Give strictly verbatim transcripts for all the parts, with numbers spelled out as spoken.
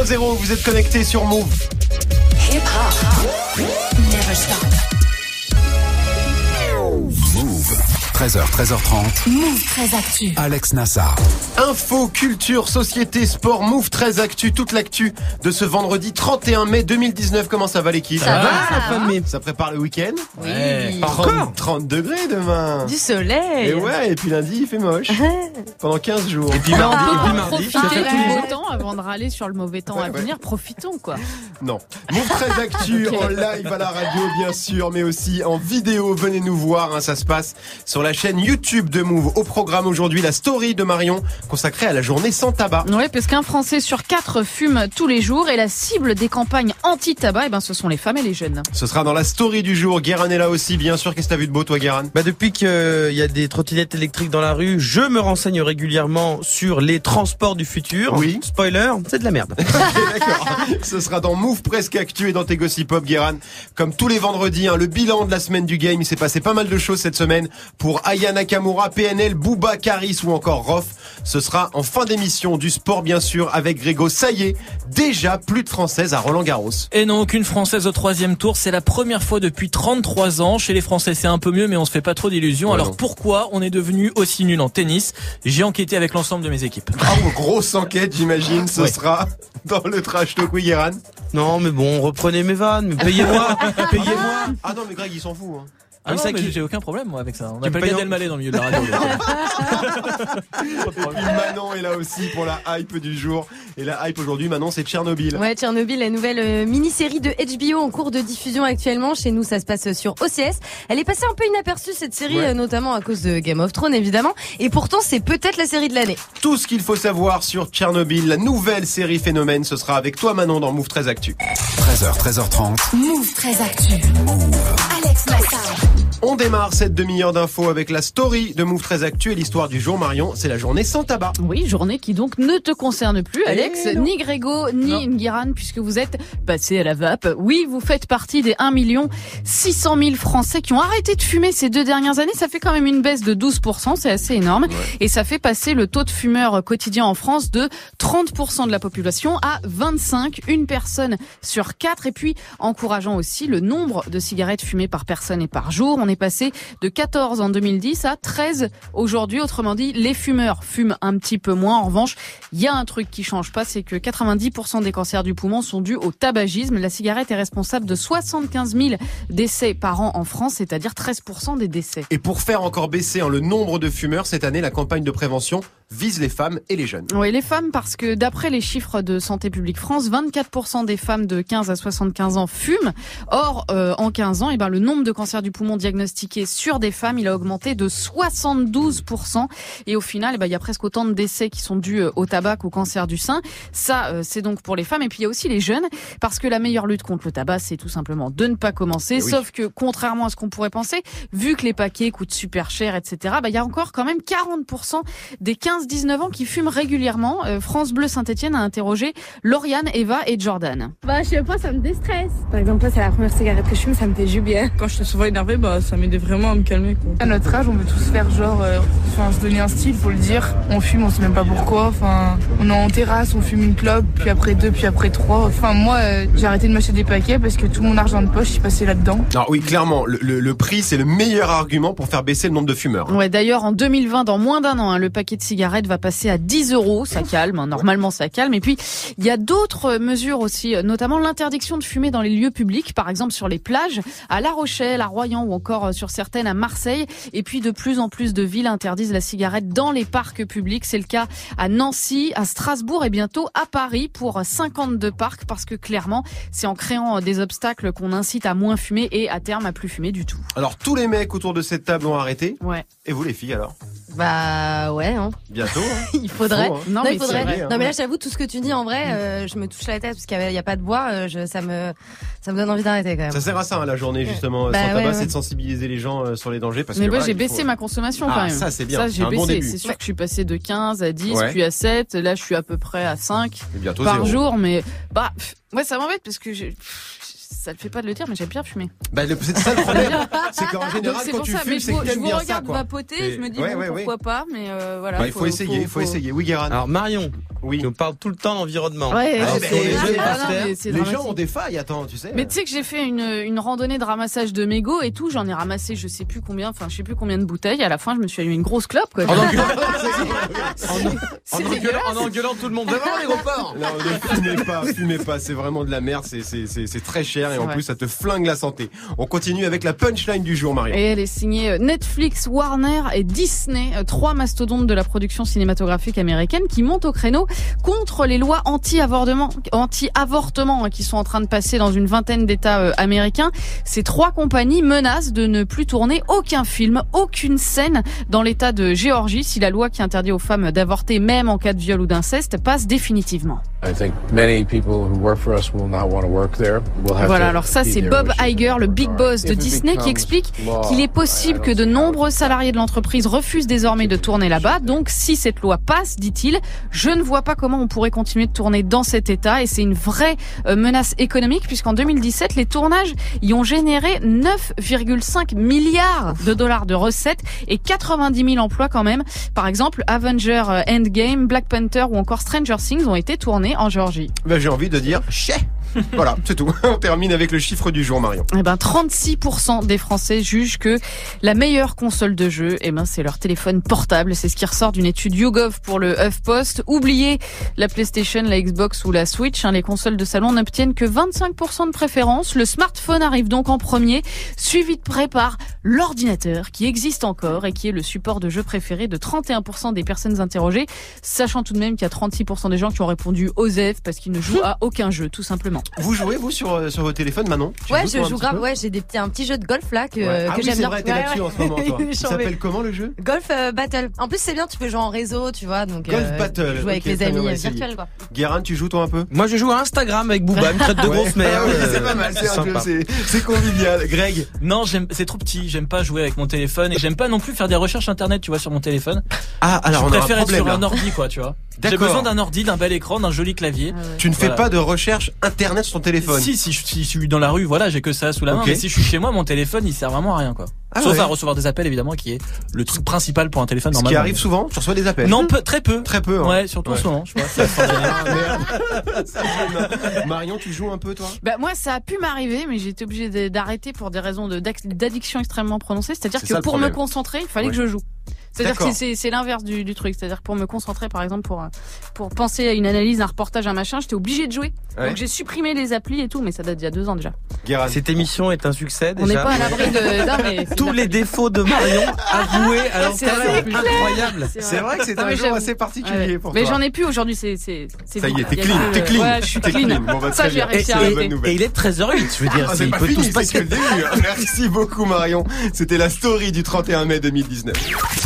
zéro zéro, vous êtes connectés sur Move. Hip hop, never stop. Move. treize heures, treize heures trente. Move treize Actu. Alex Nassar. Info, culture, société, sport, Move treize Actu, toute l'actu de ce vendredi trente et un mai deux mille dix-neuf. Comment ça va l'équipe? Ça va, ça, la famille. ça prépare le week-end. Oui. trente, trente degrés demain. Du soleil. Et ouais, et puis lundi il fait moche. Pendant quinze jours. Et puis mardi, et puis mardi, ça fait tous les du jours. beau temps avant de râler sur le mauvais temps Ouais, à ouais. venir. Profitons, quoi. Non. Move treize Actu Ok. en live à la radio, bien sûr, mais aussi en vidéo. Venez nous voir, hein, ça se passe sur la chaîne YouTube de Move. Au programme aujourd'hui, la story de Marion consacrée à la journée sans tabac. Ouais, parce qu'un Français sur quatre fume tous les jours et la cible des campagnes anti-tabac, eh ben, ce sont les femmes et les jeunes. Ce sera dans la story du jour. Guérin est là aussi, bien sûr. Qu'est-ce que t'as vu de beau, toi, Guérin? Bah depuis qu'il y a des trottinettes électriques dans la rue, je me renseigne régulièrement sur les transports du futur. Oui. Spoiler, c'est de la merde. Ok, d'accord. Ce sera dans Move Presque Actu et dans tes Gossip Pop, Guérin. Comme tous les vendredis, hein, le bilan de la semaine du game. Il s'est passé pas mal de choses cette semaine pour Aya Nakamura, P N L, Booba, Karis ou encore Rof. Ce sera en fin d'émission du sport, bien sûr, avec Grégo. Ça y est, déjà plus de Françaises à Roland-Garros. Et non, aucune Française au troisième tour. C'est la première fois depuis trente-trois ans. Chez les Français, c'est un peu mieux, mais on se fait pas trop d'illusions. Ouais, Alors non. pourquoi on est devenu aussi nul en tennis? J'ai enquêté avec l'ensemble de mes équipes. Ah, grosse enquête, j'imagine. Ce Ouais. sera dans le trash talk, oui, Guérin. Non mais bon, reprenez mes vannes, mais payez-moi, payez-moi. Ah non, mais Greg, il s'en fout. Hein. Ah non, ça mais qui- j'ai aucun problème moi avec ça. On Tu me appelle payes Gad en- Elmaleh dans le milieu de la radio. Et puis Manon est là aussi pour la hype du jour. Et la hype aujourd'hui, Manon, c'est Tchernobyl. Ouais, Tchernobyl, la nouvelle euh, mini-série de H B O en cours de diffusion actuellement. Chez nous, ça se passe sur O C S. Elle est passée un peu inaperçue, cette série, Ouais. euh, notamment à cause de Game of Thrones, évidemment. Et pourtant, c'est peut-être la série de l'année. Tout ce qu'il faut savoir sur Tchernobyl, la nouvelle série phénomène, ce sera avec toi, Manon, dans Move treize Actu. treize heures, treize heures trente. Move treize Actu. Alex Nassar. On démarre cette demi-heure d'infos avec la story de Move treize Actu et l'histoire du jour, Marion. C'est la journée sans tabac. Oui, journée qui donc ne te concerne plus, Alex, Eh non. ni Grégo, ni Non. Nguiran, puisque vous êtes passé à la vape. Oui, vous faites partie des un million six cent mille Français qui ont arrêté de fumer ces deux dernières années. Ça fait quand même une baisse de douze pour cent, c'est assez énorme. Et ça fait passer le taux de fumeurs quotidien en France de trente pour cent de la population à vingt-cinq, une personne sur quatre. Et puis, encourageant aussi le nombre de cigarettes fumées par personne et par jour. On est passé de quatorze en deux mille dix à treize aujourd'hui. Autrement dit, les fumeurs fument un petit peu moins. En revanche, il y a un truc qui change pas, c'est que quatre-vingt-dix pour cent des cancers du poumon sont dus au tabagisme. La cigarette est responsable de soixante-quinze mille décès par an en France, c'est-à-dire treize pour cent des décès. Et pour faire encore baisser hein, le nombre de fumeurs, cette année, la campagne de prévention vise les femmes et les jeunes. Oui, les femmes, parce que d'après les chiffres de Santé publique France, vingt-quatre pour cent des femmes de quinze à soixante-quinze ans fument. Or, euh, en quinze ans, eh ben, le nombre de cancers du poumon diagnostiqués sur des femmes, il a augmenté de soixante-douze pour cent. Et au final, eh ben, il y a presque autant de décès qui sont dus au tabac qu'au cancer du sein. Ça, euh, c'est donc pour les femmes. Et puis, il y a aussi les jeunes, parce que la meilleure lutte contre le tabac, c'est tout simplement de ne pas commencer. Eh oui. Sauf que, contrairement à ce qu'on pourrait penser, vu que les paquets coûtent super cher, et cetera, bah, il y a encore quand même quarante pour cent des quinze dix-neuf ans qui fument régulièrement. Euh, France Bleu Saint-Etienne a interrogé Lauriane, Eva et Jordan. Bah, je sais pas, ça me déstresse. Par exemple, là, c'est la première cigarette que je fume, ça me fait du bien. Quand j'étais souvent énervée, bah, ça m'aidait vraiment à me calmer, quoi. À notre âge, on veut tous faire genre, euh, enfin, se donner un style, faut le dire. On fume, on sait même pas pourquoi. Enfin, on est en terrasse, on fume une clope, puis après deux, puis après trois. Enfin, moi, euh, j'ai arrêté de m'acheter des paquets parce que tout mon argent de poche, j'y passé là-dedans. Alors oui, clairement, le, le, le prix, c'est le meilleur argument pour faire baisser le nombre de fumeurs. Ouais, d'ailleurs, en deux mille vingt, dans moins d'un an, hein, le paquet de cigarettes va passer à dix euros. Ça calme, hein, normalement ça calme. Et puis, il y a d'autres mesures aussi, notamment l'interdiction de fumer dans les lieux publics, par exemple sur les plages, à La Rochelle, à Royan ou encore sur certaines à Marseille. Et puis, de plus en plus de villes interdisent la cigarette dans les parcs publics. C'est le cas à Nancy, à Strasbourg et bientôt à Paris pour cinquante-deux parcs, parce que clairement, c'est en créant des obstacles qu'on incite à moins fumer et à terme à plus fumer du tout. Alors tous les mecs autour de cette table ont arrêté. Ouais. Et vous les filles alors? Bah, ouais, hein. Bientôt. Hein. Il faudrait. Faut, hein. Non, Non, mais il faudrait. c'est vrai, hein. Non, mais là, j'avoue, tout ce que tu dis, en vrai, euh, je me touche la tête parce qu'il n'y a, a pas de bois. Euh, je, ça me, ça me donne envie d'arrêter quand même. Ça sert à ça hein, la journée justement Bah, sans tabac, ouais, ouais. c'est de sensibiliser les gens euh, sur les dangers parce Mais que moi, voilà, j'ai il baissé faut- ma consommation Ah, quand même. ça, c'est bien. Ça, C'est j'ai un bon baissé. début. C'est sûr que je suis passé de quinze à dix, Ouais. puis à sept. Là, je suis à peu près à cinq Et bientôt par zéro. jour. Mais, bah, pff, ouais, ça m'embête parce que j'ai, pff, ça le fait pas de le dire, mais j'aime bien fumer. Bah, le- c'est ça le problème. C'est qu'en Donc général c'est quand pour tu ça, mais fumes, je c'est vous, que je t'aimes vous bien ça regarde quoi. vapoter, Et- je me dis ouais, bon, ouais, pourquoi ouais. pas, mais euh, voilà. Bah, il faut essayer, il faut essayer. Oui, Guérin. Alors Marion, Oui. Qui nous parle tout le temps d'environnement. Ouais, Ah, je mais sais, les ah, jeunes, ah, parce non, que mais c'est les dramatique. gens ont des failles, attends, tu sais. Mais tu sais que j'ai fait une, une randonnée de ramassage de mégots et tout, j'en ai ramassé je sais plus combien, enfin je sais plus combien de bouteilles, à la fin je me suis allumé une grosse clope quoi. En engueulant, C'est en engueulant, dégueulasse. en engueulant tout le monde devant l'aéroport. Non, ne fumez pas, fumez pas, c'est vraiment de la merde, c'est, c'est, c'est, c'est très cher et C'est en vrai. plus ça te flingue la santé. On continue avec la punchline du jour, Marion. Et elle est signée Netflix, Warner et Disney, trois mastodontes de la production cinématographique américaine qui montent au créneau contre les lois anti-avortement, anti-avortement qui sont en train de passer dans une vingtaine d'États euh, américains. Ces trois compagnies menacent de ne plus tourner aucun film, aucune scène dans l'État de Géorgie si la loi qui interdit aux femmes d'avorter même en cas de viol ou d'inceste passe définitivement. Voilà, alors ça c'est Bob Iger, le big boss de Disney, qui explique qu'il est possible que de nombreux salariés de l'entreprise refusent désormais de tourner là-bas. Donc si cette loi passe, dit-il, je ne vois pas comment on pourrait continuer de tourner dans cet état et c'est une vraie euh, menace économique puisqu'en deux mille dix-sept, les tournages y ont généré neuf virgule cinq milliards de dollars de recettes et quatre-vingt-dix mille emplois quand même. Par exemple, Avenger Endgame, Black Panther ou encore Stranger Things ont été tournés en Géorgie. Ben, j'ai envie de dire chais. Voilà, c'est tout. On termine avec le chiffre du jour, Marion. Eh ben, trente-six pour cent des Français jugent que la meilleure console de jeu, eh ben, c'est leur téléphone portable. C'est ce qui ressort d'une étude YouGov pour le HuffPost. Oubliez la PlayStation, la Xbox ou la Switch. Hein, les consoles de salon n'obtiennent que vingt-cinq pour cent de préférence. Le smartphone arrive donc en premier, suivi de près par l'ordinateur, qui existe encore et qui est le support de jeu préféré de trente et un pour cent des personnes interrogées. Sachant tout de même qu'il y a trente-six pour cent des gens qui ont répondu OSEF parce qu'ils ne jouent à aucun jeu, tout simplement. Vous jouez, vous, sur, euh, sur vos téléphones, Manon? Tu Ouais, joues, toi, je un joue petit grave. peu Ouais, j'ai des petits, un petit jeu de golf là que, Ouais. euh, Ah que oui, j'aime c'est bien. vrai, t'es Ouais, là-dessus ouais. en ce moment, toi. Il J'en s'appelle vais. comment le jeu? Golf euh, Battle. En plus, c'est bien, tu peux jouer en réseau, tu vois. Donc, Golf euh, Battle. jouer avec Ok, les très bien, on amis va euh, essayer. virtuels, quoi. Guérin, tu joues toi un peu? Moi je joue à Instagram avec Booba, il me traite de Ouais. grosse merde. Ah oui, c'est euh, pas mal, c'est un jeu, sympa. c'est, c'est convivial. Greg? Non, j'aime, c'est trop petit. J'aime pas jouer avec mon téléphone et j'aime pas non plus faire des recherches internet, tu vois, sur mon téléphone. Ah, alors je on a un préfère être problème sur là. un ordi, quoi, tu vois. J'ai D'accord. besoin d'un ordi, d'un bel écran, d'un joli clavier. Ah ouais. Tu ne fais Voilà. pas de recherche internet sur ton téléphone? Si, si, je- si je suis dans la rue, voilà, j'ai que ça sous la main. Ok. Mais si je suis chez moi, mon téléphone, il sert vraiment à rien, quoi. Ah Sauf ouais. à recevoir des appels, évidemment, qui est le truc principal pour un téléphone Ce qui normalement. arrive souvent, tu reçois des appels? Non, peu, très peu. Très peu, hein. Ouais, surtout en Ouais. ce moment, je crois. C'est la fin d'année. Ah merde. C'est gênant. Marion, tu joues un peu, toi? Bah, moi, ça a pu m'arriver, mais j'ai été obligée de- d'arrêter pour des raisons de, d'ac- d'addiction extrêmement prononcées. C'est-à-dire C'est que ça, le pour problème. me concentrer, il fallait Ouais. que je joue. C'est-à-dire D'accord. que c'est, c'est l'inverse du, du truc. C'est-à-dire que pour me concentrer, par exemple, pour, pour penser à une analyse, un reportage, un machin, j'étais obligée de jouer. Ouais. Donc j'ai supprimé les applis et tout, mais ça date d'il y a deux ans déjà. Guérin. Cette émission est un succès On n'est déjà. pas à l'abri de... Non, mais c'est Tous de la les folie. défauts de Marion avoués à C'est l'antenne. vrai, c'est Incroyable. C'est vrai que c'est Non, un mais jour j'avoue. assez particulier Ouais. pour Mais toi. j'en ai plus aujourd'hui, c'est, c'est, c'est Ça y est, vite. t'es Il y a clean, plus, t'es euh, clean. Ouais, je suis T'es clean. clean. Bon, bah, Ça, très j'ai bien. réussi Et, à c'est et- la bonne arrêter. nouvelle. et il est treize heures huit, je veux dire, Ah, c'est- c'est il pas peut fini, tout se c'est passer. que le début. hein. Merci beaucoup, Marion. C'était la story du trente et un mai deux mille dix-neuf.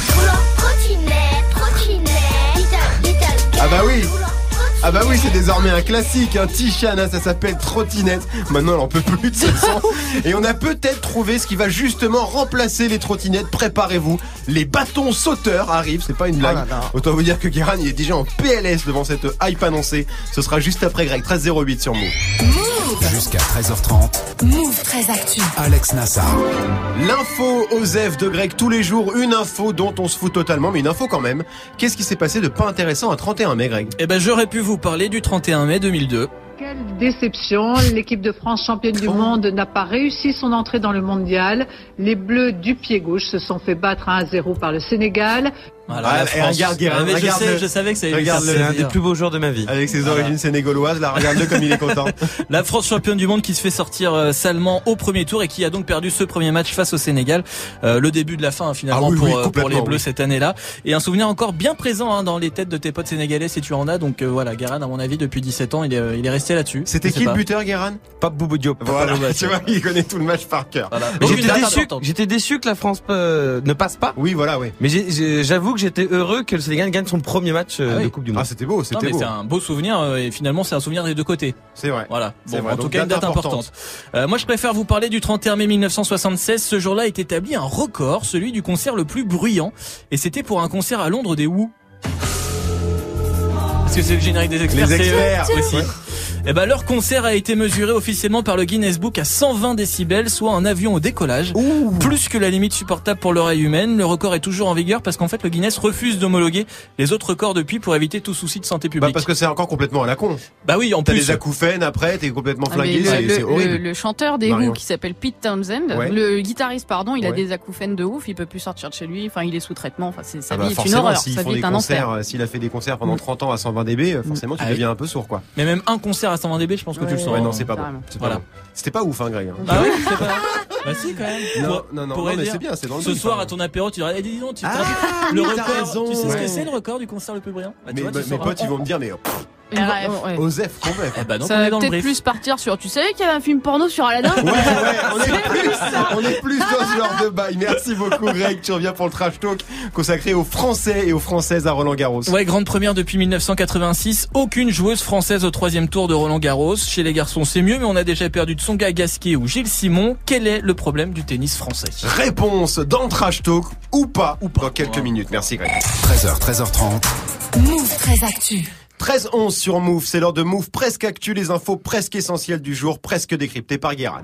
Ah bah oui. Ah bah oui, c'est désormais un classique, un Tichana, ça s'appelle Trottinette. Maintenant, elle en peut plus de ce son. Et on a peut-être trouvé ce qui va justement remplacer les trottinettes. Préparez-vous, les bâtons sauteurs arrivent, c'est pas une blague. Oh là là. Autant vous dire que Guérin, il est déjà en P L S devant cette hype annoncée. Ce sera juste après Greg, treize zéro huit sur Move. Jusqu'à treize heures trente, Move très actu. Alex Nassar. L'info Osef de Greg tous les jours, une info dont on se fout totalement, mais une info quand même. Qu'est-ce qui s'est passé de pas intéressant à trente et un mai, Greg? Eh ben, j'aurais pu vous parler du trente et un mai deux mille deux. Quelle déception, l'équipe de France championne du monde n'a pas réussi son entrée dans le mondial. Les Bleus du pied gauche se sont fait battre un à zéro par le Sénégal. Voilà, Ah, la et France. regarde Guérin, Ah, mais je regarde sais, le- je savais que ça allait lui regarde faire C'est un des plaisir. plus beaux jours de ma vie. Avec ses Voilà. origines sénégaloises, là, regarde-le comme il est content. La France championne du monde qui se fait sortir euh, salement au premier tour et qui a donc perdu ce premier match face au Sénégal. Euh, le début de la fin hein, finalement Ah oui, pour, oui, euh, pour complètement, les Bleus oui. cette année-là. Et un souvenir encore bien présent hein, dans les têtes de tes potes sénégalais si tu en as. Donc euh, voilà, Guérin à mon avis depuis dix-sept ans il est, euh, il est resté là-dessus. C'était Je sais qui le pas. buteur, Guérin? Pape Boubou Diop. Voilà, bah, tu vois, il connaît tout le match par cœur. Voilà. Mais Donc, J'étais une date déçu, importante. j'étais déçu que la France euh, ne passe pas. Oui, voilà, oui. Mais j'ai- j'ai- j'avoue que j'étais heureux que le Sénégal gagne son premier match euh, Ah oui. de Coupe du Ah, Monde. c'était beau, Non, c'était mais beau. c'est un beau souvenir euh, et finalement c'est un souvenir des deux côtés. C'est vrai. Voilà. C'est Bon, vrai, en tout donc cas une date date importante. importante. Euh, moi je préfère vous parler du trente et un mai mille neuf cent soixante-seize. Ce jour-là est établi un record, celui du concert le plus bruyant. Et c'était pour un concert à Londres des Who. Parce que c'est le générique des experts. Les c'est eux experts. aussi. Ouais. Eh ben, leur concert a été mesuré officiellement par le Guinness Book à cent vingt décibels, soit un avion au décollage. Ouh. Plus que la limite supportable pour l'oreille humaine. Le record est toujours en vigueur parce qu'en fait, le Guinness refuse d'homologuer les autres records depuis pour éviter tout souci de santé publique. Bah parce que c'est encore complètement à la con. Bah oui, en T'as plus. T'as des acouphènes après, t'es complètement flingué, ah c'est, le, c'est horrible. Le, le chanteur des Marion. Who qui s'appelle Pete Townsend, Ouais. le guitariste pardon, il a Ouais. des acouphènes de ouf, il peut plus sortir de chez lui, enfin il est sous traitement, enfin c'est, sa Ah bah vie est une forcément, horreur, s'ils sa font vie des est un concerts, enfer. euh, s'il a fait des concerts pendant trente ans à cent vingt décibels, forcément tu Ah deviens oui. un peu sourd quoi. Mais même un concert à cent vingt décibels, je pense que tu le sens. Ouais, non, c'est pas bon. Carrément. C'est pas Voilà. bon. C'était pas ouf hein Greg. hein. Ah oui, c'est pas. Bah si quand même. Non, Pour- non, non, pour non, mais dire, c'est bien, c'est dans le Ce but, soir enfin. à ton apéro, tu diras, eh, dis donc, tu te Ah, rappelles le oui, t'as record. raison, Tu sais ce ouais. que c'est le record du concert le plus brillant? Bah, tu Mais, vois, tu bah, mes sauras. potes ils vont me dire mais oh, pff, Ouais, ouais. Osef complète. Ah bah donc Ça on est va dans le peut-être brief. plus partir sur, tu savais qu'il y avait un film porno sur Aladdin? Ouais, ouais, on est plus, on est plus dans ce genre de bail. Merci beaucoup Greg, tu reviens pour le trash talk consacré aux Français et aux Françaises à Roland Garros. Ouais, grande première depuis mille neuf cent quatre-vingt-six. Aucune joueuse française au troisième tour de Roland Garros. Chez les garçons, c'est mieux, mais on a déjà perdu Tsonga Gasquet ou Gilles Simon. Quel est le problème du tennis français? Réponse dans le trash talk ou pas, Ou pas. dans quelques Ouais. minutes. Merci Greg. treize heures, treize heures trente. Move très actu. treize onze sur Move, c'est l'heure de Move presque actu, les infos presque essentielles du jour, presque décryptées par Guérin.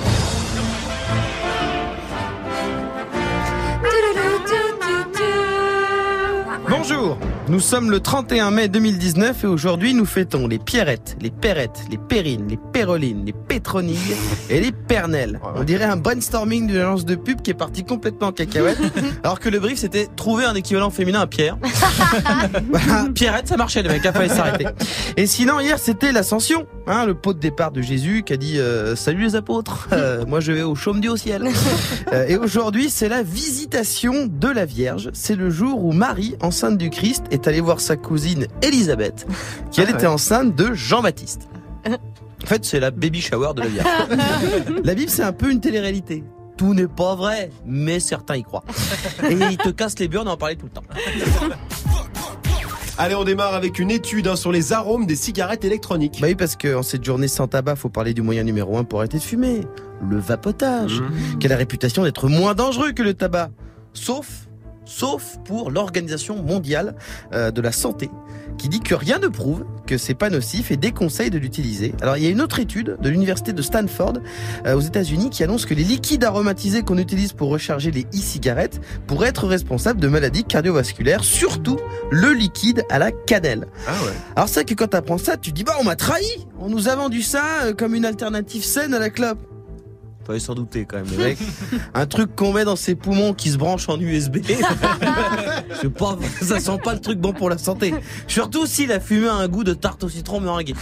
Bonjour, nous sommes le trente et un mai deux mille dix-neuf et aujourd'hui nous fêtons les Pierrettes, les Perrettes, les Perrines, les Pérolines, les Pétronilles et les Pernelles. On dirait un brainstorming d'une agence de pub qui est parti complètement en cacahuète, alors que le brief c'était trouver un équivalent féminin à Pierre. Voilà, Pierrette ça marchait, les mecs, il a fallu s'arrêter. Et sinon hier c'était l'Ascension, hein, le pot de départ de Jésus qui a dit euh, salut les apôtres, euh, moi je vais au chaume Dieu au ciel. Euh, et aujourd'hui c'est la visitation de la Vierge, c'est le jour où Marie, enceinte du Christ, est allée voir sa cousine Élisabeth, qui elle Ah ouais. était enceinte de Jean-Baptiste. En fait, c'est la baby shower de la Vierge. La Bible, c'est un peu une télé-réalité. Tout n'est pas vrai, mais certains y croient. Et ils te cassent les burnes à en parler tout le temps. Allez, on démarre avec une étude hein, sur les arômes des cigarettes électroniques. Bah oui, parce qu'en cette journée sans tabac, faut parler du moyen numéro un pour arrêter de fumer. Le vapotage. Mmh. Qui a la réputation d'être moins dangereux que le tabac. Sauf... Sauf pour l'Organisation mondiale euh, de la santé, qui dit que rien ne prouve que c'est pas nocif et déconseille de l'utiliser. Alors il y a une autre étude de l'université de Stanford euh, aux États-Unis qui annonce que les liquides aromatisés qu'on utilise pour recharger les e-cigarettes pourraient être responsables de maladies cardiovasculaires, surtout le liquide à la cannelle. Ah ouais. Alors c'est vrai que quand t'apprends ça, tu te dis bah on m'a trahi, on nous a vendu ça euh, comme une alternative saine à la clope. Fallait s'en douter quand même, le mec. Un truc qu'on met dans ses poumons qui se branche en U S B. Je sais pas, ça sent pas le truc bon pour la santé. Surtout si la fumée a un goût de tarte au citron meringuée.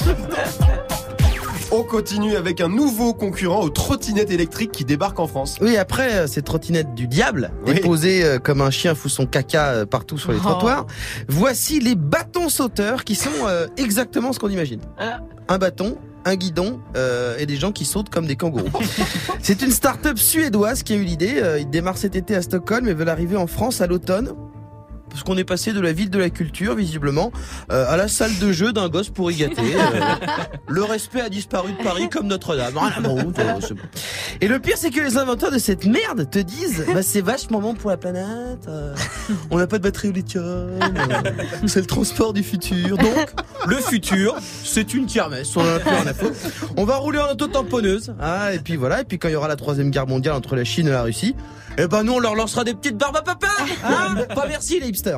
On continue avec un nouveau concurrent aux trottinettes électriques qui débarque en France. Oui, après euh, ces trottinettes du diable, Oui. déposées euh, comme un chien fout son caca euh, partout sur les Oh. trottoirs, voici les bâtons sauteurs qui sont euh, exactement ce qu'on imagine. Un bâton, un guidon euh, et des gens qui sautent comme des kangourous. C'est une start-up suédoise qui a eu l'idée. Euh, il démarre cet été à Stockholm et veut arriver en France à l'automne. Parce qu'on est passé de la ville de la culture, visiblement, euh, à la salle de jeu d'un gosse pour y gâter. Euh, le respect a disparu de Paris comme Notre-Dame. Rien à branler, euh, c'est bon. Et le pire, c'est que les inventeurs de cette merde te disent bah, c'est vachement bon pour la planète, euh, on n'a pas de batterie au lithium, euh, c'est le transport du futur. Donc, le futur, c'est une kermesse, on en a plus rien à foutre. On va rouler en auto-tamponneuse. Ah, et puis voilà, et puis quand il y aura la troisième guerre mondiale entre la Chine et la Russie, eh ben nous on leur lancera des petites barbes à papa, hein. Pas merci les hipsters.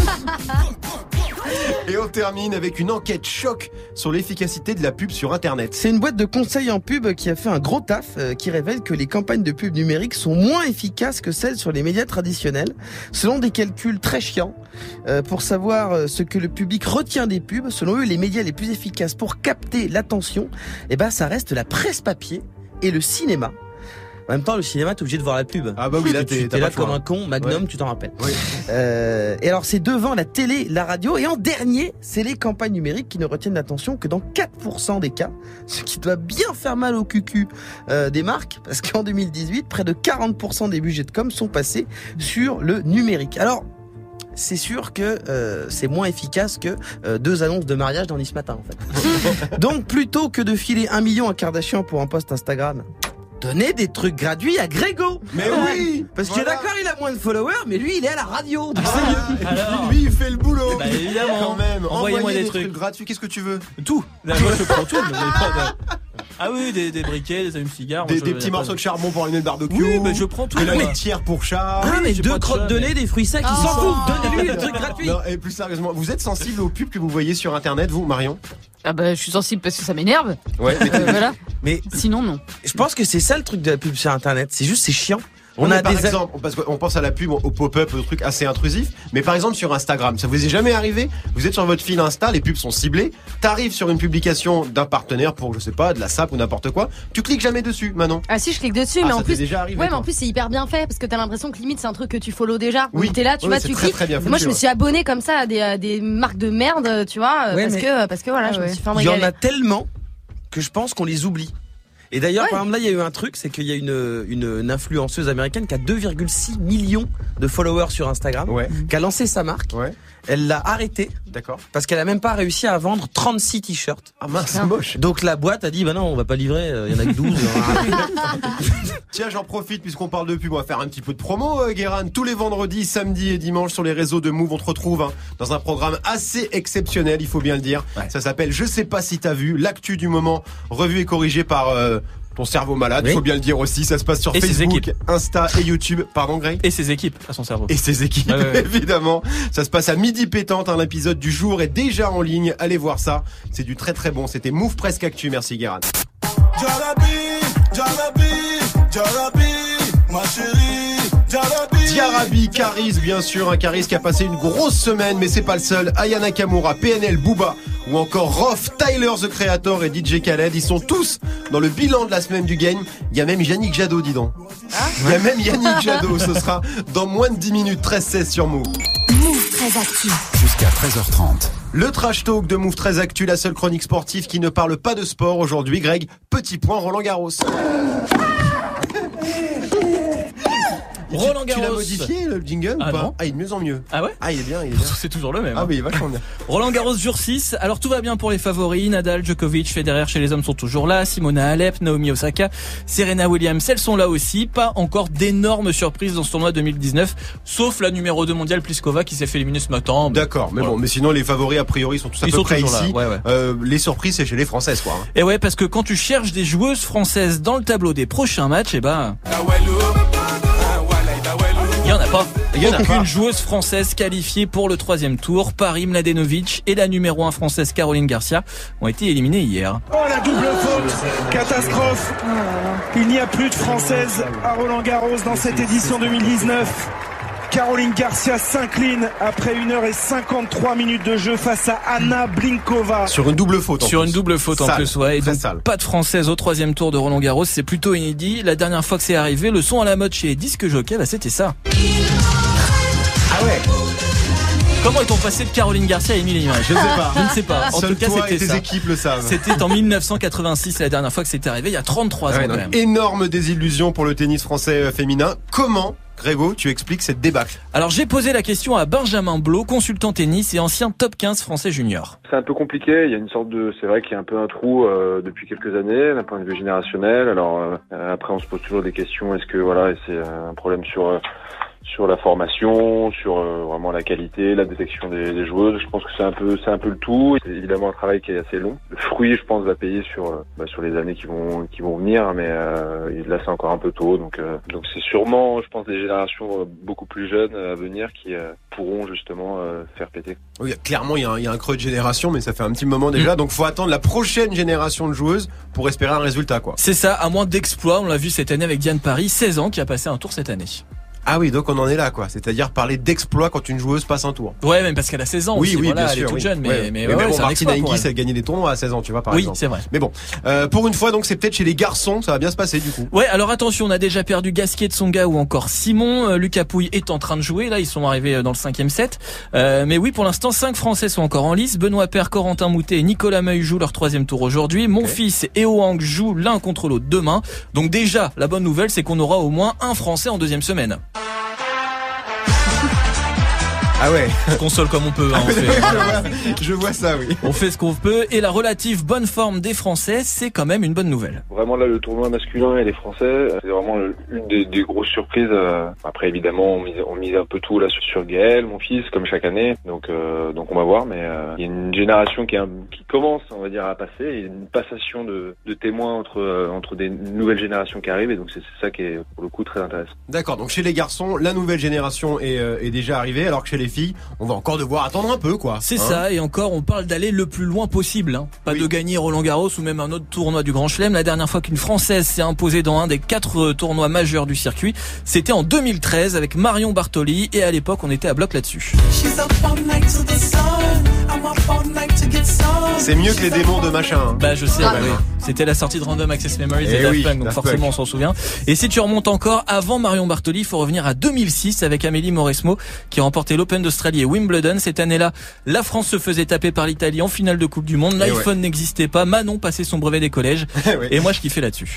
Et on termine avec une enquête choc sur l'efficacité de la pub sur Internet. C'est une boîte de conseils en pub qui a fait un gros taf euh, qui révèle que les campagnes de pub numériques sont moins efficaces que celles sur les médias traditionnels, selon des calculs très chiants. Euh, pour savoir euh, ce que le public retient des pubs, selon eux, les médias les plus efficaces pour capter l'attention, eh ben ça reste la presse papier et le cinéma. En même temps, le cinéma, t'es obligé de voir la pub. Ah bah oui, là, Parce que t'es- tu t'as t'es là pas le choix. comme un con, Magnum, Ouais. tu t'en rappelles. Oui. Euh, et alors, c'est devant la télé, la radio, et en dernier, c'est les campagnes numériques qui ne retiennent l'attention que dans quatre pour cent des cas, ce qui doit bien faire mal au cucu euh, des marques, parce qu'en deux mille dix-huit, près de quarante pour cent des budgets de com sont passés sur le numérique. Alors, c'est sûr que euh, c'est moins efficace que euh, deux annonces de mariage dans Nice Matin, en fait. Donc, plutôt que de filer un million à Kardashian pour un post Instagram, donner des trucs gratuits à Grégo. Mais oui. Parce que Voilà. d'accord, il a moins de followers, mais lui, il est à la radio. Donc Ah, c'est mieux. Alors, lui, il fait le boulot. bah, évidemment. Quand même. Envoyez-moi Envoyez des des trucs. trucs gratuits. Qu'est-ce que tu veux? tout. Là, moi, je prends tout. mais vous avez pas de- Ah oui, des, des briquets, des allumes-cigares. Des, moi, je- des y a petits pas morceaux de- de charbon pour allumer le barbecue. Oui, mais je prends tout. De la moi. laitière pour chat. Ah, mais j'ai deux pas de crottes chat, de mais- lait, des fruits secs, il Oh. s'en fout. Donnez-lui le truc gratuit. Non, et plus sérieusement, vous êtes sensible aux pubs que vous voyez sur Internet, vous, Marion? Ah bah je suis sensible parce que ça m'énerve. Ouais. Mais Euh, voilà. Mais Sinon non. je pense que c'est ça le truc de la pub sur Internet. C'est juste, c'est chiant. On On a a par des exemple, parce qu'on pense à la pub, au pop-up, au truc assez intrusif, mais par exemple sur Instagram, ça vous est jamais arrivé? Vous êtes sur votre fil Insta, les pubs sont ciblées, t'arrives sur une publication d'un partenaire pour, je sais pas, de la S A P ou n'importe quoi, tu cliques jamais dessus, Manon. Ah si, je clique dessus, Ah, mais ça en t'est plus, déjà arrivé, ouais, mais toi. en plus c'est hyper bien fait parce que t'as l'impression que limite c'est un truc que tu follow déjà. Oui. Donc t'es là, tu Oui, vois, c'est tu très, cliques. très bien Et moi je foutu, me ouais. suis abonné comme ça à des, à des marques de merde, tu vois, Ouais, parce mais- que parce que voilà, Ah je me ouais. suis fait un Il y en régaler. a tellement que je pense qu'on les oublie. Et d'ailleurs, Ouais. par exemple, là, il y a eu un truc, c'est qu'il y a une, une, une influenceuse américaine qui a deux virgule six millions de followers sur Instagram, Ouais. qui a lancé sa marque. Ouais. Elle l'a arrêtée D'accord. parce qu'elle a même pas réussi à vendre trente-six t-shirts. Ah mince, c'est moche. Donc la boîte a dit, bah non, on va pas livrer, il y en a que douze. Tiens, j'en profite puisqu'on parle de pub, on va faire un petit peu de promo, euh, Guérin. Tous les vendredis, samedis et dimanches sur les réseaux de Move, on te retrouve hein, dans un programme assez exceptionnel, il faut bien le dire. Ouais. Ça s'appelle Je sais pas si t'as vu, l'actu du moment, revue et corrigée par euh, ton cerveau malade, il Oui. faut bien le dire aussi. Ça se passe sur Et ses Facebook, équipes. Insta et YouTube. Pardon, Greg? Et ses équipes à son cerveau. Et ses équipes, Ouais, ouais. évidemment. Ça se passe à midi pétante, hein, l'épisode du jour est déjà en ligne. Allez voir ça. C'est du très très bon. C'était Move Presque Actu. Merci, Guérin. Diarabi, Caris, bien sûr, un Caris qui a passé une grosse semaine, mais c'est pas le seul. Aya Nakamura, P N L, Booba, ou encore Rof, Tyler the Creator et D J Khaled, ils sont tous dans le bilan de la semaine du game. Il y a même Yannick Jadot, dis donc. Il y a même Yannick Jadot, ce sera dans moins de dix minutes, treize seize sur Move. Move très actu. Jusqu'à treize heures trente. Le trash talk de Move très Actu, la seule chronique sportive qui ne parle pas de sport aujourd'hui. Greg, petit point Roland Garros. Roland Tu l'as Garros. modifié le jingle Ah ou pas? non. Ah, il est de mieux en mieux. Ah ouais? Ah, il est bien, il est bien. C'est toujours le même. Ah hein. oui, il est vachement bien. Roland Garros jour six. Alors tout va bien pour les favoris. Nadal, Djokovic, Federer chez les hommes sont toujours là. Simona Halep, Naomi Osaka, Serena Williams, elles sont là aussi. Pas encore d'énormes surprises dans ce tournoi deux mille dix-neuf. Sauf la numéro deux mondiale Pliskova qui s'est fait éliminer ce matin. Mais- D'accord, mais Voilà. bon, mais sinon les favoris a priori sont tous à Ils peu sont près toujours là, ici. ouais, ouais. Euh, les surprises c'est chez les Françaises quoi. hein. Et ouais, parce que quand tu cherches des joueuses françaises dans le tableau des prochains matchs, eh ben, il y en a pas. Il y en a Aucune pas. joueuse française qualifiée pour le troisième tour. Paris Mladenovic et la numéro un française Caroline Garcia ont été éliminés hier. Oh la double faute, catastrophe. Il n'y a plus de Française à Roland Garros dans cette édition deux mille dix-neuf. Caroline Garcia s'incline après une heure et cinquante-trois minutes de jeu face à Anna Blinkova. Sur une double faute. En Sur plus. une double faute en Sale, plus, ouais. Et très donc, sale. pas de française au troisième tour de Roland Garros, c'est plutôt inédit. La dernière fois que c'est arrivé, le son à la mode chez les disques jockey, bah c'était ça. Ah ouais. Comment est-on passé de Caroline Garcia à Émilie Image Je sais pas. Je ne sais pas. En Seul tout cas, toi et c'était tes ça. équipes le savent. C'était en mille neuf cent quatre-vingt-six la dernière fois que c'était arrivé, il y a trente-trois Ah ouais, ans quand donc, même. énorme désillusion pour le tennis français euh, féminin. Comment, Grégo, tu expliques cette débâcle? Alors j'ai posé la question à Benjamin Blot, consultant tennis et ancien top quinze français junior. C'est un peu compliqué, il y a une sorte de, c'est vrai qu'il y a un peu un trou euh, depuis quelques années d'un point de vue générationnel. Alors euh, après on se pose toujours des questions, est-ce que voilà, c'est un problème sur euh, sur la formation, sur euh, vraiment la qualité, la détection des, des joueuses. Je pense que c'est un peu c'est un peu le tout. C'est évidemment un travail qui est assez long. Le fruit, je pense, va payer sur euh, bah, sur les années qui vont qui vont venir, mais euh, là c'est encore un peu tôt. Donc euh, donc c'est sûrement, je pense, des générations euh, beaucoup plus jeunes à venir qui euh, pourront justement euh, faire péter. Oui, clairement, il y, a un, il y a un creux de génération, mais ça fait un petit moment déjà. Donc, faut attendre la prochaine génération de joueuses pour espérer un résultat, quoi. C'est ça, à moins d'exploits, on l'a vu cette année avec Diane Paris, seize ans, qui a passé un tour cette année. Ah oui, donc on en est là, quoi. C'est-à-dire parler d'exploit quand une joueuse passe un tour. Ouais, même parce qu'elle a seize ans Oui, aussi, oui, voilà, bien elle sûr. est toute oui. jeune, mais, Ouais. mais, mais ouais, bon, c'est un Martina exploit pour Hingis elle. a gagné des tournois à seize ans, tu vois, par Oui, exemple. c'est vrai. Mais bon, euh, pour une fois, donc c'est peut-être chez les garçons, ça va bien se passer, du coup. Ouais, alors attention, on a déjà perdu Gasquet, Tsonga ou encore Simon. Euh, Lucas Pouille est en train de jouer. Là, ils sont arrivés dans le cinquième set. Euh, mais oui, pour l'instant, cinq Français sont encore en lice. Benoît Paire, Corentin Moutet et Nicolas Meuil jouent leur troisième tour aujourd'hui. Mon fils et Oang jouent l'un contre l'autre demain. Donc déjà, la bonne nouvelle, c'est qu'on aura au moins un Français en deuxième semaine. Ah ouais. On se console comme on peut. Hein, on fait, je, vois, je vois ça, oui. On fait ce qu'on peut et la relative bonne forme des Français, c'est quand même une bonne nouvelle. Vraiment là, le tournoi masculin et les Français, c'est vraiment une des, des grosses surprises. Après, évidemment, on mise, on mise un peu tout là sur Gaël, mon fils, comme chaque année. Donc, euh, donc on va voir. Mais euh, il y a une génération qui, est un, qui commence, on va dire, à passer. Il y a une passation de, de témoins entre euh, entre des nouvelles générations qui arrivent. Et donc c'est, c'est ça qui est pour le coup très intéressant. D'accord. Donc chez les garçons, la nouvelle génération est, euh, est déjà arrivée, alors que chez les filles, on va encore devoir attendre un peu, quoi. C'est hein ça. Et encore, on parle d'aller le plus loin possible. Hein. Pas oui. de gagner Roland-Garros ou même un autre tournoi du Grand Chelem. La dernière fois qu'une Française s'est imposée dans un des quatre tournois majeurs du circuit, c'était en deux mille treize avec Marion Bartoli. Et à l'époque, on était à bloc là-dessus. C'est mieux que les démons de machin. Hein. Bah je sais. Ah, bah, oui. C'était la sortie de Random Access Memories et, et Daft Punk, donc Daft forcément Punk. On s'en souvient. Et si tu remontes encore avant Marion Bartoli, il faut revenir à deux mille six avec Amélie Mauresmo qui a remporté l'Open d'Australie et Wimbledon. Cette année-là, la France se faisait taper par l'Italie en finale de Coupe du Monde. L'iPhone ouais. n'existait pas. Manon passait son brevet des collèges. ouais. Et moi, je kiffais là-dessus.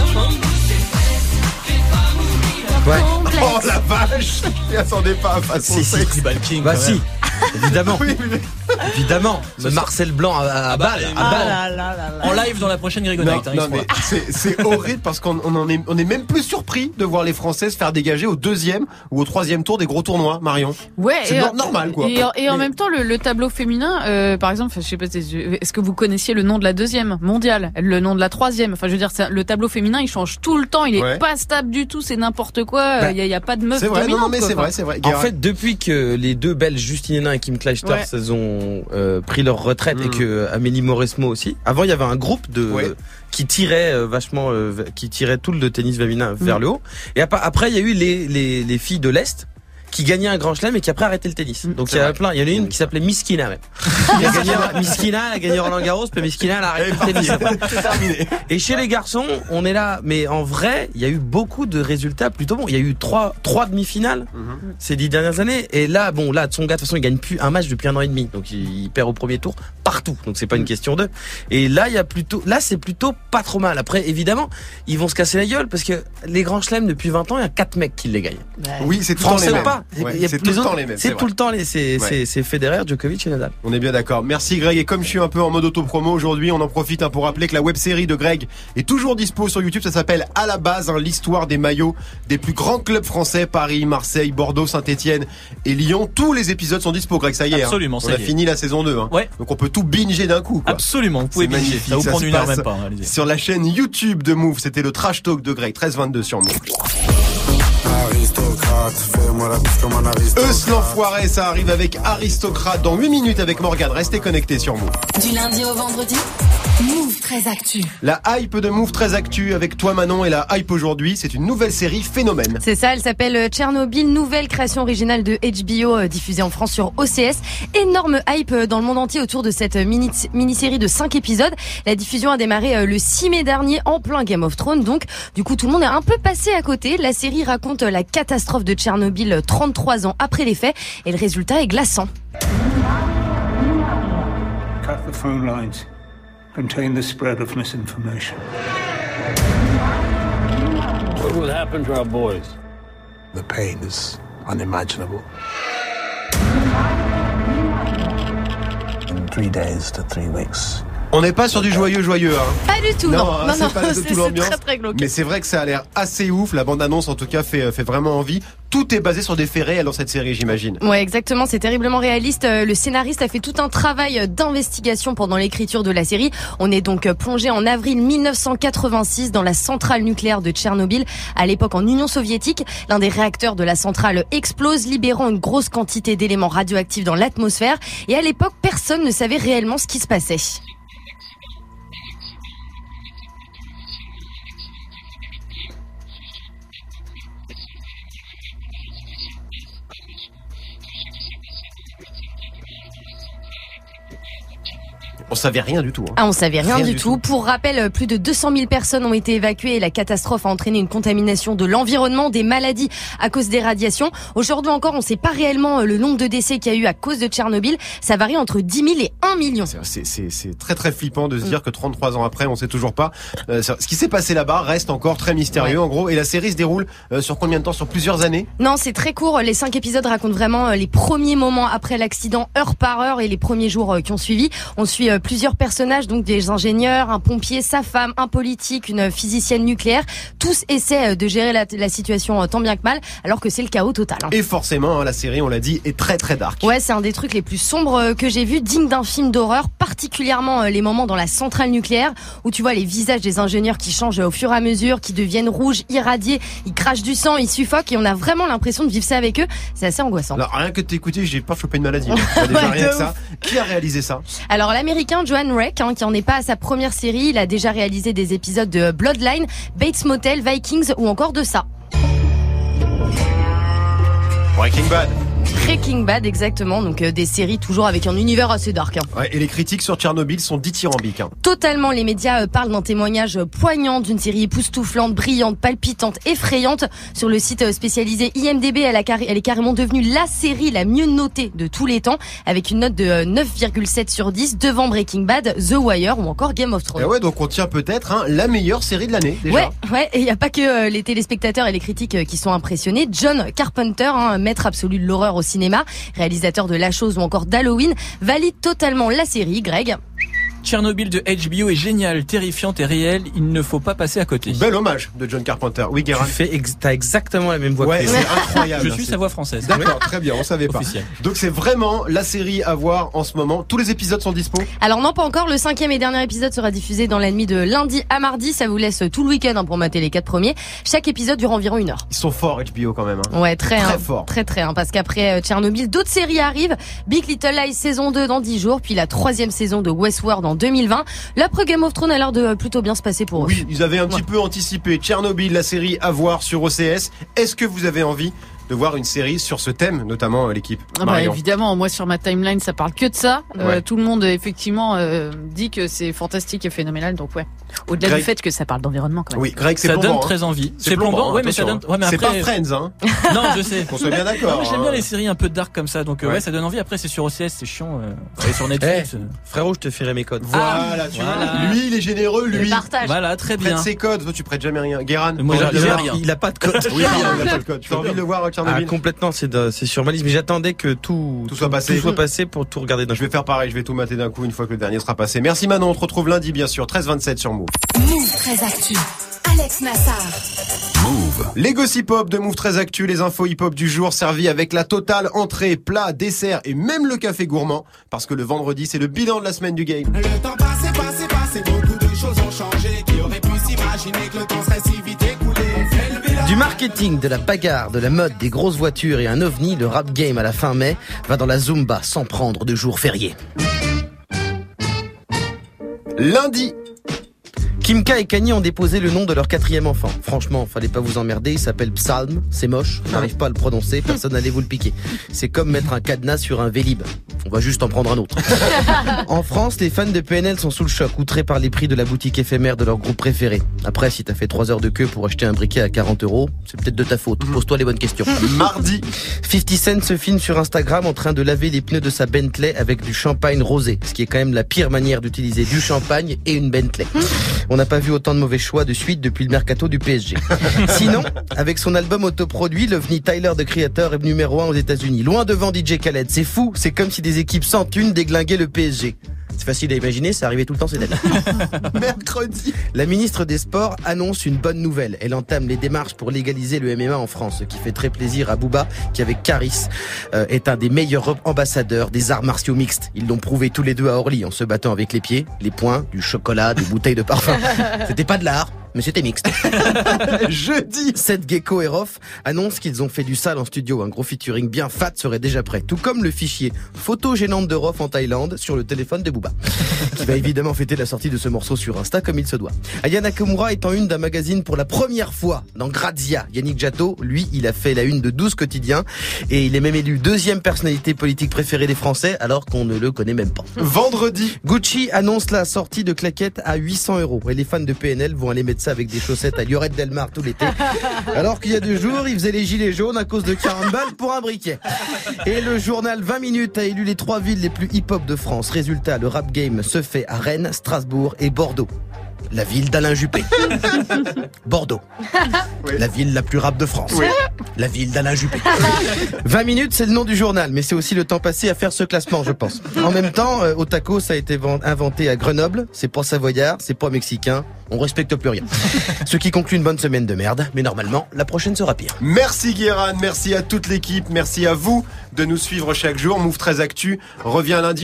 Ouais. Oh la vache, je m'y attendais pas à façon si, si, Tribal King. Bah si, évidemment. oui, mais... Évidemment. Le Marcel Blanc à, à, à balle. Ah, à balle. là, là, là, là. En live dans la prochaine Grego Night. Non, hein, non mais c'est, c'est horrible parce qu'on on en est, on est même plus surpris de voir les Françaises faire dégager au deuxième ou au troisième tour des gros tournois, Marion. Ouais. C'est et no- normal, quoi. Et, et en mais... même temps, le, le tableau féminin, euh, par exemple, je sais pas, est-ce que vous connaissiez le nom de la deuxième mondiale, le nom de la troisième? Enfin, je veux dire, c'est, le tableau féminin, il change tout le temps. Il est ouais. pas stable du tout. C'est n'importe quoi. Il bah, y, a, y a pas de meuf c'est vrai, dominante. Non, non, mais quoi, c'est quoi. vrai, c'est vrai. En fait, depuis que les deux Belges, Justine Hénin et Kim Clijsters, ouais. ont euh, pris leur retraite mmh. et que Amélie Mauresmo aussi. Avant, il y avait un groupe de ouais. qui tirait euh, vachement, euh, qui tirait tout le tennis féminin vers mmh. le haut. Et après, il y a eu les les, les filles de l'Est qui gagnait un grand chelem et qui après arrêtait le tennis. Donc il y a plein, il y en a une qui s'appelait Miskina même. Elle a gagné, Miskina, elle a gagné Roland Garros, puis Miskina elle a arrêté le tennis. C'est terminé. Et chez les garçons, on est là, mais en vrai, il y a eu beaucoup de résultats plutôt bons. Il y a eu trois trois demi-finales mm-hmm. ces dix dernières années. Et là, bon, là, Tsonga, de toute façon, il gagne plus un match depuis un an et demi. Donc il, il perd au premier tour partout. Donc c'est pas une question d'eux. Et là, il y a plutôt, là, c'est plutôt pas trop mal. Après, évidemment, ils vont se casser la gueule parce que les grands chelems depuis vingt ans, il y a quatre mecs qui les gagnent. Oui, c'est tout le temps les mêmes. Pas. Ouais, il y a c'est tout le autres, temps les mêmes. C'est, c'est tout vrai. le temps les, c'est, ouais. c'est, c'est Federer, Djokovic et Nadal. On est bien d'accord. Merci Greg. Et comme je suis un peu en mode auto-promo aujourd'hui, on en profite hein, pour rappeler que la web-série de Greg est toujours dispo sur YouTube. Ça s'appelle À la base, hein, l'histoire des maillots des plus grands clubs français, Paris, Marseille, Bordeaux, Saint-Etienne et Lyon. Tous les épisodes sont dispo, Greg. Ça y est. Absolument. Hein. Ça on y a est. fini la saison deux. Hein. Ouais. Donc on peut tout binger d'un coup. Quoi. Absolument. Vous pouvez binger. Ça vous prend une heure même pas. Hein, sur la chaîne YouTube de Move. C'était le Trash Talk de Greg. treize vingt-deux sur Move. Eus l'enfoiré, ça arrive avec Aristocrate dans huit minutes avec Morgane. Restez connectés sur Move. Du lundi au vendredi, Move très actu. La hype de Move très actu avec toi Manon et la hype aujourd'hui, c'est une nouvelle série phénomène. C'est ça, elle s'appelle Tchernobyl, nouvelle création originale de H B O diffusée en France sur O C S. Énorme hype dans le monde entier autour de cette mini- mini-série de cinq épisodes. La diffusion a démarré le six mai dernier en plein Game of Thrones, donc du coup tout le monde est un peu passé à côté. La série raconte la catastrophe de Tchernobyl trente-trois ans après les faits et le résultat est glaçant. Cut the phone lines. Contain the spread of misinformation. What will happen to our boys? The pain is unimaginable. In three days to three weeks. On n'est pas sur du joyeux joyeux hein. Pas du tout, non. Non, non, non, c'est non, pas du c'est, tout l'ambiance. c'est très très glauque. Mais c'est vrai que ça a l'air assez ouf. La bande-annonce en tout cas fait, fait vraiment envie. Tout est basé sur des faits réels dans cette série, j'imagine. Ouais, exactement. C'est terriblement réaliste. Le scénariste a fait tout un travail d'investigation pendant l'écriture de la série. On est donc plongé en avril dix-neuf cent quatre-vingt-six dans la centrale nucléaire de Tchernobyl, à l'époque en Union soviétique. L'un des réacteurs de la centrale explose, libérant une grosse quantité d'éléments radioactifs dans l'atmosphère. Et à l'époque, personne ne savait réellement ce qui se passait. On savait rien du tout. Hein. Ah, on savait rien, rien du, du tout. tout. Pour rappel, plus de deux cent mille personnes ont été évacuées et la catastrophe a entraîné une contamination de l'environnement, des maladies à cause des radiations. Aujourd'hui encore, on ne sait pas réellement le nombre de décès qu'il y a eu à cause de Tchernobyl. Ça varie entre dix mille et un million. C'est, c'est, c'est très très flippant de se dire que trente-trois ans après, on sait toujours pas. Euh, ce qui s'est passé là-bas reste encore très mystérieux, ouais. En gros. Et la série se déroule euh, sur combien de temps? Sur plusieurs années? Non, c'est très court. Les cinq épisodes racontent vraiment les premiers moments après l'accident, heure par heure, et les premiers jours qui ont suivi. On suit plusieurs personnages, donc des ingénieurs, un pompier, sa femme, un politique, une physicienne nucléaire. Tous essaient de gérer la, la situation tant bien que mal, alors que c'est le chaos total. Et forcément, hein, la série, on l'a dit, est très très dark. Ouais, c'est un des trucs les plus sombres que j'ai vu, digne d'un film d'horreur, particulièrement les moments dans la centrale nucléaire, où tu vois les visages des ingénieurs qui changent au fur et à mesure, qui deviennent rouges, irradiés, ils crachent du sang, ils suffoquent, et on a vraiment l'impression de vivre ça avec eux. C'est assez angoissant. Alors, rien que t'écouter, j'ai pas chopé une maladie. Déjà, ouais, rien que ça. Qui a réalisé ça? Alors, l'américain Joan Rec, hein, qui en est pas à sa première série, il a déjà réalisé des épisodes de Bloodline, Bates Motel, Vikings ou encore de ça. Breaking Bad. Breaking Bad, exactement. Donc euh, des séries toujours avec un univers assez dark. Hein. Ouais, et les critiques sur Tchernobyl sont dithyrambiques. Hein. Totalement. Les médias euh, parlent d'un témoignage poignant d'une série époustouflante, brillante, palpitante, effrayante. Sur le site euh, spécialisé I M D B, elle, a car- elle est carrément devenue la série la mieux notée de tous les temps, avec une note de euh, neuf virgule sept sur dix devant Breaking Bad, The Wire ou encore Game of Thrones. Et ouais, donc on tient peut-être hein, la meilleure série de l'année déjà. Ouais, ouais. Et il y a pas que euh, les téléspectateurs et les critiques euh, qui sont impressionnés. John Carpenter, hein, maître absolu de l'horreur au cinéma, réalisateur de La Chose ou encore d'Halloween, valide totalement la série. Greg? Tchernobyl de H B O est génial, terrifiante et réelle, il ne faut pas passer à côté. Bel hommage de John Carpenter. Oui, Guérin. Tu fais ex- t'as exactement la même voix ouais, que c'est incroyable. Je suis c'est... sa voix française. D'accord, très bien, on savait pas. Officiel. Donc c'est vraiment la série à voir en ce moment. Tous les épisodes sont dispo? Alors non, pas encore. Le cinquième et dernier épisode sera diffusé dans la nuit de lundi à mardi. Ça vous laisse tout le week-end hein, pour mater les quatre premiers. Chaque épisode dure environ une heure. Ils sont forts H B O quand même. Hein. Ouais, très, très hein, fort. Très très, hein, parce qu'après euh, Tchernobyl, d'autres séries arrivent. Big Little Lies saison deux dans dix jours, puis la troisième saison de Westworld en deux mille vingt. L'après Game of Thrones a l'air de plutôt bien se passer pour eux. Oui, ils avaient un ouais. petit peu anticipé Tchernobyl, la série à voir sur O C S. Est-ce que vous avez envie de voir une série sur ce thème, notamment euh, l'équipe ah bah évidemment, moi sur ma timeline ça parle que de ça. Ouais. Euh, tout le monde effectivement euh, dit que c'est fantastique et phénoménal, donc ouais. Au-delà Greg... du fait que ça parle d'environnement quand même. Oui, Greg, c'est ça plombant, donne hein. très envie. C'est, c'est plombant, plombant ouais, mais ça donne. Ouais, mais c'est après... pas Friends, hein. Non, je sais. Qu'on soit bien d'accord. Non, mais j'aime hein. bien les séries un peu dark comme ça, donc ouais, ouais ça donne envie. Après, c'est sur O C S, c'est chiant. Euh... Et sur Netflix. Hey, frérot, je te ferai mes codes. Voilà, ah, tu voilà. vois. Lui, il est généreux, lui. Voilà, très bien. Prête ses codes. Toi, tu prêtes jamais rien. Guérin. Moi, j'ai rien. Il a pas de code. Oui, il a pas de code. Tu as envie de le voir, Tchernobyl? Ah, complètement. C'est, de, c'est sur ma liste, mais j'attendais que tout, tout soit passé. Tout soit passé pour tout regarder d'un coup. Je vais faire pareil. Je vais tout mater d'un coup une fois que le dernier sera passé. Merci Manon. On te retrouve lundi, bien sûr. treize vingt-sept sur Move. Move très actu. Alex Nassar. Move. Les gossip hop de Move très actu, les infos hip hop du jour servis avec la totale entrée, plat, dessert et même le café gourmand. Parce que le vendredi, c'est le bilan de la semaine du game. Le temps passé, passé, passé, beaucoup de choses ont changé. Qui aurait pu s'imaginer que le temps serait si vite écoulé? Du marketing, de la bagarre, de la mode, des grosses voitures et un ovni, le rap game à la fin mai va dans la Zumba sans prendre de jours fériés. Lundi. Kimka et Kanye ont déposé le nom de leur quatrième enfant. Franchement, fallait pas vous emmerder, il s'appelle Psalm, c'est moche, on n'arrive pas à le prononcer, personne n'allait vous le piquer. C'est comme mettre un cadenas sur un Vélib. On va juste en prendre un autre. En France, les fans de P N L sont sous le choc, outrés par les prix de la boutique éphémère de leur groupe préféré. Après, si t'as fait trois heures de queue pour acheter un briquet à quarante euros, c'est peut-être de ta faute. Pose-toi les bonnes questions. Mardi. fifty Cent se filme sur Instagram en train de laver les pneus de sa Bentley avec du champagne rosé, ce qui est quand même la pire manière d'utiliser du champagne et une Bentley. On n'a pas vu autant de mauvais choix de suite depuis le mercato du P S G. Sinon, avec son album autoproduit, l'ovni Tyler, the Creator, est numéro un aux États-Unis. Loin devant D J Khaled. C'est fou, c'est comme si des équipes sans thune déglinguaient le P S G. C'est facile à imaginer, ça arrivait tout le temps, c'est d'elle. Mercredi. La ministre des Sports annonce une bonne nouvelle. Elle entame les démarches pour légaliser le M M A en France, ce qui fait très plaisir à Booba, qui avec Caris euh, est un des meilleurs ambassadeurs des arts martiaux mixtes. Ils l'ont prouvé tous les deux à Orly en se battant avec les pieds, les poings, du chocolat, des bouteilles de parfum. C'était pas de l'art, mais c'était mixte. Jeudi, Seth Gecko et Rof annoncent qu'ils ont fait du sale en studio. Un gros featuring bien fat serait déjà prêt. Tout comme le fichier photo gênante de Rof en Thaïlande sur le téléphone de Booba, qui va évidemment fêter la sortie de ce morceau sur Insta comme il se doit. Aya Nakamura est en une d'un magazine pour la première fois dans Grazia. Yannick Jadot, lui, il a fait la une de douze quotidiens et il est même élu deuxième personnalité politique préférée des Français alors qu'on ne le connaît même pas. Vendredi, Gucci annonce la sortie de claquettes à huit cents euros et les fans de P N L vont aller mettre ça avec des chaussettes à Lloret Delmar tout l'été. Alors qu'il y a deux jours, ils faisaient les gilets jaunes à cause de quarante balles pour un briquet. Et le journal vingt minutes a élu les trois villes les plus hip-hop de France. Résultat, le rap game se fait à Rennes, Strasbourg et Bordeaux. La ville d'Alain Juppé. Bordeaux. Oui. La ville la plus rap de France. Oui. La ville d'Alain Juppé. vingt minutes, c'est le nom du journal, mais c'est aussi le temps passé à faire ce classement, je pense. En même temps, euh, au taco, ça a été inventé à Grenoble. C'est pas savoyard, c'est pas mexicain. On respecte plus rien. Ce qui conclut une bonne semaine de merde, mais normalement, la prochaine sera pire. Merci Guérin, merci à toute l'équipe, merci à vous de nous suivre chaque jour. Move treize Actu revient lundi.